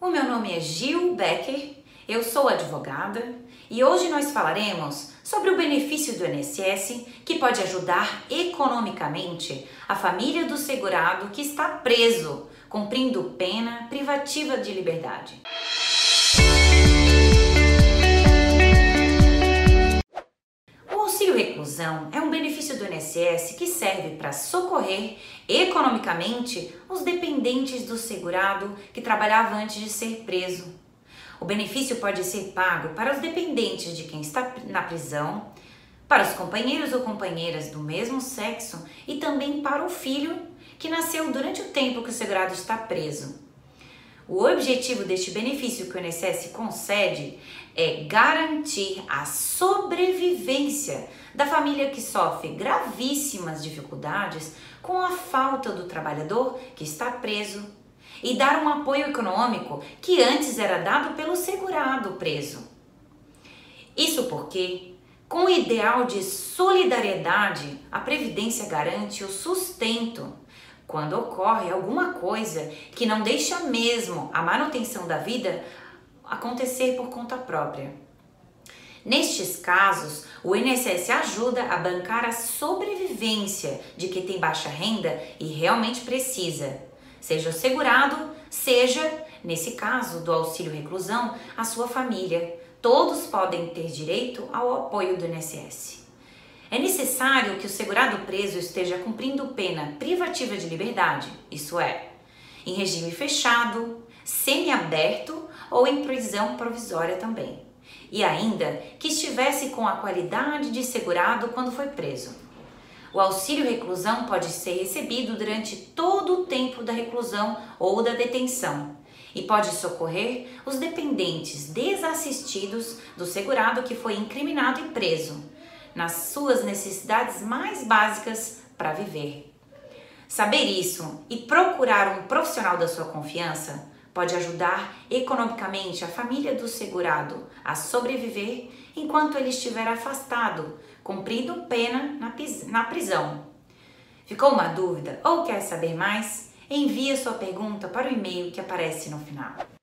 O meu nome é Gil Becker, eu sou advogada e hoje nós falaremos sobre o benefício do INSS que pode ajudar economicamente a família do segurado que está preso, cumprindo pena privativa de liberdade. O auxílio-reclusão é um benefício do INSS que serve para socorrer economicamente os dependentes do segurado que trabalhava antes de ser preso. O benefício pode ser pago para os dependentes de quem está na prisão, para os companheiros ou companheiras do mesmo sexo e também para o filho que nasceu durante o tempo que o segurado está preso. O objetivo deste benefício que o INSS concede é garantir a sobrevivência da família que sofre gravíssimas dificuldades com a falta do trabalhador que está preso e dar um apoio econômico que antes era dado pelo segurado preso. Isso porque, com o ideal de solidariedade, a Previdência garante o sustento quando ocorre alguma coisa que não deixa mesmo a manutenção da vida acontecer por conta própria. Nestes casos, o INSS ajuda a bancar a sobrevivência de quem tem baixa renda e realmente precisa, seja o segurado, seja, nesse caso do auxílio-reclusão, a sua família. Todos podem ter direito ao apoio do INSS. É necessário que o segurado preso esteja cumprindo pena privativa de liberdade, isso é, em regime fechado, semiaberto ou em prisão provisória também. E ainda que estivesse com a qualidade de segurado quando foi preso. O auxílio-reclusão pode ser recebido durante todo o tempo da reclusão ou da detenção e pode socorrer os dependentes desassistidos do segurado que foi incriminado e preso, nas suas necessidades mais básicas para viver. Saber isso e procurar um profissional da sua confiança pode ajudar economicamente a família do segurado a sobreviver enquanto ele estiver afastado, cumprindo pena na prisão. Ficou uma dúvida ou quer saber mais? Envie a sua pergunta para o e-mail que aparece no final.